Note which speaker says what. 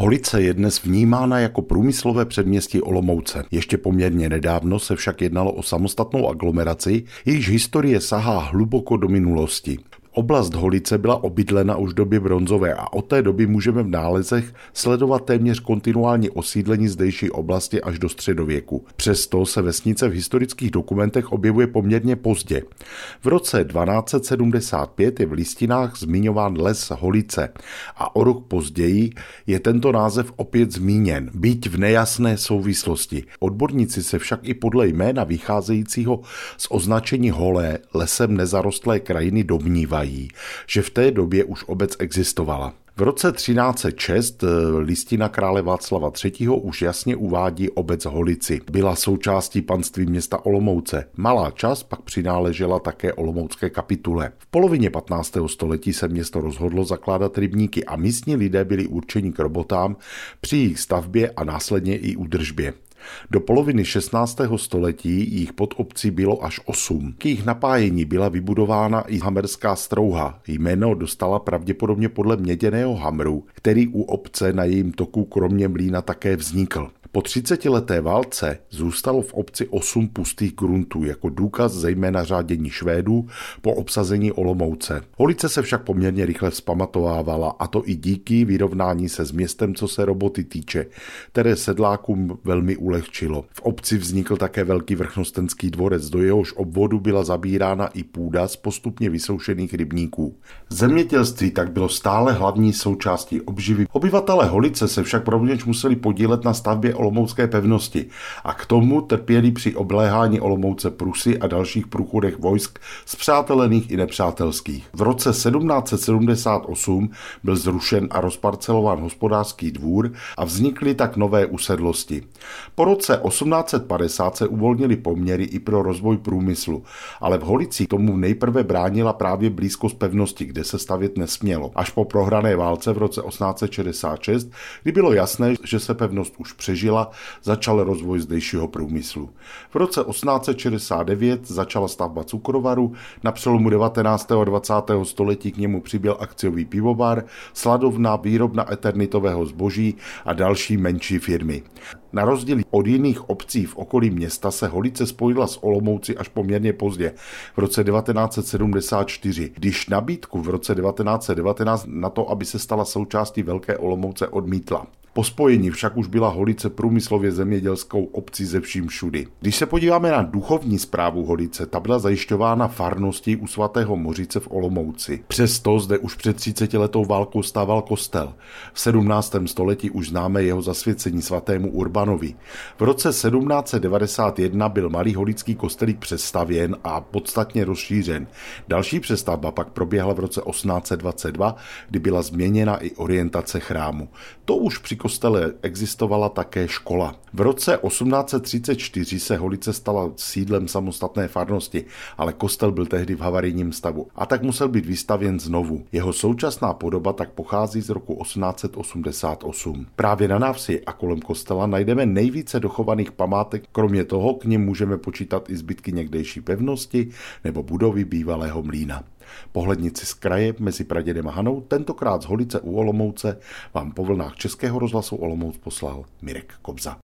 Speaker 1: Holice je dnes vnímána jako průmyslové předměstí Olomouce. Ještě poměrně nedávno se však jednalo o samostatnou aglomeraci, jejíž historie sahá hluboko do minulosti. Oblast Holice byla obydlena už v době bronzové a od té doby můžeme v nálezech sledovat téměř kontinuální osídlení zdejší oblasti až do středověku. Přesto se vesnice v historických dokumentech objevuje poměrně pozdě. V roce 1275 je v listinách zmiňován les Holice a o rok později je tento název opět zmíněn, byť v nejasné souvislosti. Odborníci se však i podle jména vycházejícího z označení Holé, lesem nezarostlé krajiny domnívají, že v té době už obec existovala. V roce 1306 listina krále Václava III. Už jasně uvádí obec Holici. Byla součástí panství města Olomouce. Malá část pak přináležela také olomoucké kapitule. V polovině 15. století se město rozhodlo zakládat rybníky a místní lidé byli určeni k robotám při jejich stavbě a následně i údržbě. Do poloviny 16. století jich pod obcí bylo až 8. K jejich napájení byla vybudována i hamerská strouha. Jméno dostala pravděpodobně podle měděného hamru, který u obce na jejím toku kromě mlýna také vznikl. Po 30leté válce zůstalo v obci 8 pustých gruntů jako důkaz zejména řádění Švédů po obsazení Olomouce. Holice se však poměrně rychle vzpamatovávala, a to i díky vyrovnání se s městem, co se roboty týče, které sedlákům velmi ulehčilo. V obci vznikl také velký vrchnostenský dvorec, do jehož obvodu byla zabírána i půda z postupně vysoušených rybníků. Zemědělství tak bylo stále hlavní součástí obživy. Obyvatelé Holice se však rovněž museli podílet na stavbě olomoucké pevnosti a k tomu trpěli při obléhání Olomouce Prusy a dalších průchodech vojsk spřátelených i nepřátelských. V roce 1778 byl zrušen a rozparcelován hospodářský dvůr a vznikly tak nové usedlosti. Po roce 1850 se uvolnily poměry i pro rozvoj průmyslu, ale v Holici tomu nejprve bránila právě blízkost pevnosti, kde se stavět nesmělo. Až po prohrané válce v roce 1866, kdy bylo jasné, že se pevnost už přežila, začal rozvoj zdejšího průmyslu. V roce 1869 začala stavba cukrovaru, na přelomu 19. a 20. století k němu přibyl akciový pivovar, sladovna, výrobna eternitového zboží a další menší firmy. Na rozdíl od jiných obcí v okolí města se Holice spojila s Olomouci až poměrně pozdě, v roce 1974, když nabídku v roce 1919 na to, aby se stala součástí Velké Olomouce, odmítla. Po spojení však už byla Holice průmyslově zemědělskou obcí ze vším všudy. Když se podíváme na duchovní správu Holice, ta byla zajišťována farností u svatého Mořice v Olomouci. Přesto zde už před 30letou válkou stával kostel. V 17. století už známe jeho zasvěcení svatému Urbanovi. V roce 1791 byl malý holický kostelík přestavěn a podstatně rozšířen. Další přestavba pak proběhla v roce 1822, kdy byla změněna i orientace chrámu. To už při kostele existovala také škola. V roce 1834 se Holice stala sídlem samostatné farnosti, ale kostel byl tehdy v havarijním stavu a tak musel být vystavěn znovu. Jeho současná podoba tak pochází z roku 1888. Právě na návsi a kolem kostela najdeme nejvíce dochovaných památek, kromě toho k nim můžeme počítat i zbytky někdejší pevnosti nebo budovy bývalého mlýna. Pohlednici z kraje mezi Pradědem a Hanou, tentokrát z Holice u Olomouce, vám po vlnách Českého rozhlasu Olomouc poslal Mirek Kobza.